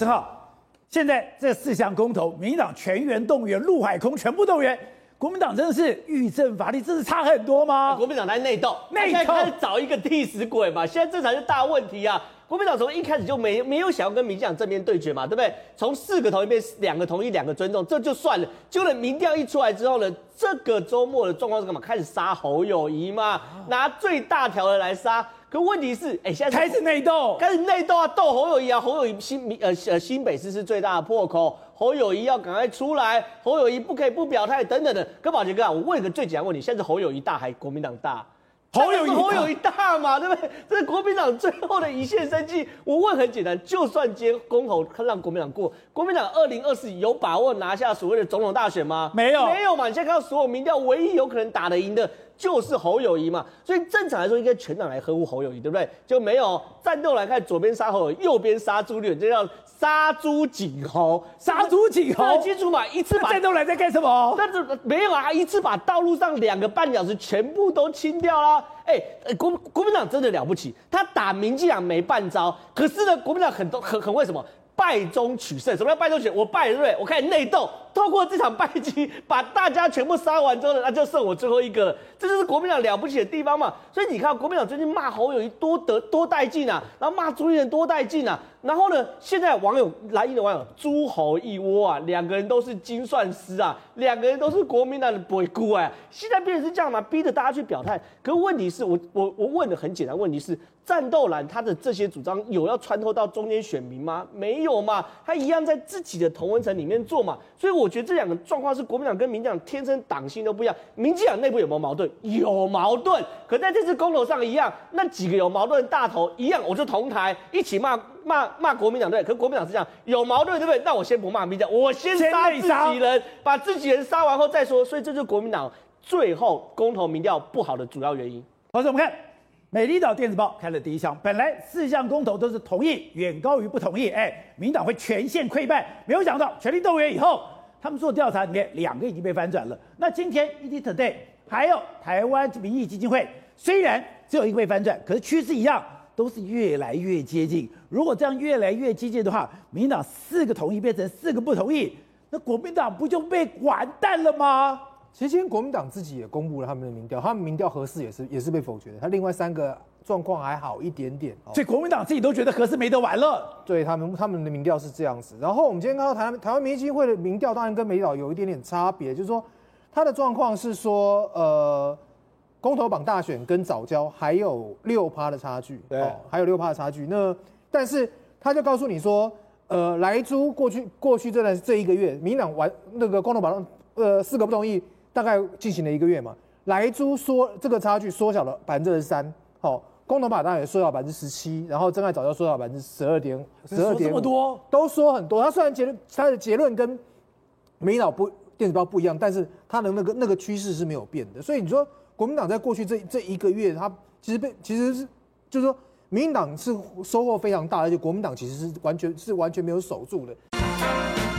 正好现在这4项公投，民进党全员动员，陆海空全部动员。国民党真的是欲振乏力，这是差很多吗？ 国民党在内斗，现在开始找一个替死鬼嘛，现在这才是大问题啊！国民党从一开始就没有想要跟民进党正面对决嘛，对不对？从4个同意变2个同意2个尊重，这就算了。结果民调一出来之后呢，这个周末的状况是干嘛？开始杀侯友宜嘛，拿最大条的来杀。可问题是，现在开始内斗啊，斗侯友宜啊，侯友宜新北市是最大的破口，侯友宜要赶快出来，侯友宜不可以不表态等等的。跟宝杰哥啊，我问一个最简单问题，现在是侯友宜大还是国民党大？侯友宜大嘛，对不对？这是国民党最后的一线生机。我问很简单，就算接公投让国民党过，国民党2024有把握拿下所谓的总统大选吗？ 没有嘛！你现在看到所有民调，唯一有可能打得赢的就是侯友宜嘛。所以正常来说，应该全党来呵护侯友宜，对不对？就没有战斗来看，左边杀侯友宜，右边杀朱立伦，这叫杀猪儆侯。 杀猪儆侯， 很清楚嘛！一次把战斗来在干什么？ 但是没有啊，一次把道路上2个半小时全部都清掉啦。国民党真的了不起，他打民进党没半招，可是呢，国民党很为什么？败中取胜。什么叫败中取胜？我败了，对不对？我开始内斗，透过这场败绩，把大家全部杀完之后呢，那就剩我最后一个了。这就是国民党了不起的地方嘛。所以你看，国民党最近骂侯友宜多带劲啊，然后骂朱立伦多带劲啊，然后呢，现在蓝营的网友诸侯一窝啊，2个人都是精算师啊，2个人都是国民党的鬼姑啊。现在变成是这样嘛，逼着大家去表态。可是问题是我问的很简单，问题是战斗蓝他的这些主张有要穿透到中间选民吗？没有嘛，他一样在自己的同温层里面做嘛。所以我觉得这2个状况是国民党跟民进党天生党性都不一样。民进党内部有没有矛盾？有矛盾。可在这次公投上一样，那几个有矛盾的大头一样，我就同台一起骂国民党，对。可国民党是这样，有矛盾对不对？那我先不骂民进党，我先杀自己人，把自己人杀完后再说。所以这就是国民党最后公投民调不好的主要原因。 好，我们看美丽岛电子报开了第1项，本来4项公投都是同意，远高于不同意，民党会全线溃败。没有想到全力动员以后，他们做调查里面2个已经被翻转了。那今天 ETtoday 还有台湾民意基金会，虽然只有1个被翻转，可是趋势一样，都是越来越接近。如果这样越来越接近的话，民进党4个同意变成4个不同意，那国民党不就被完蛋了吗？ 其实今天国民党自己也公布了他们的民调，他们民调核四也是被否决的，他另外3个状况还好一点点， 所以国民党自己都觉得核四没得玩了。 对，他们的民调是这样子。然后我们今天看到台湾民意基金会的民调，当然跟美丽岛有一点点差别，就是说他的状况是说，公投榜大选跟早教还有6%的差距， 对， 还有6%的差距。那但是他就告诉你说，莱猪过去这1个月，民进党玩那个公投榜4个不同意。大概进行了1个月嘛，莱猪这个差距缩小了23%，公投法当然也缩小17%，然后真爱早教缩小12.5%， 这么多， 都说很多。他虽然他的结论跟美丽岛电子报不一样，但是他的那个趋势是没有变的。所以你说国民党在过去这1个月，他其实是就是说，民进党是收获非常大的，而且国民党其实是完全没有守住的。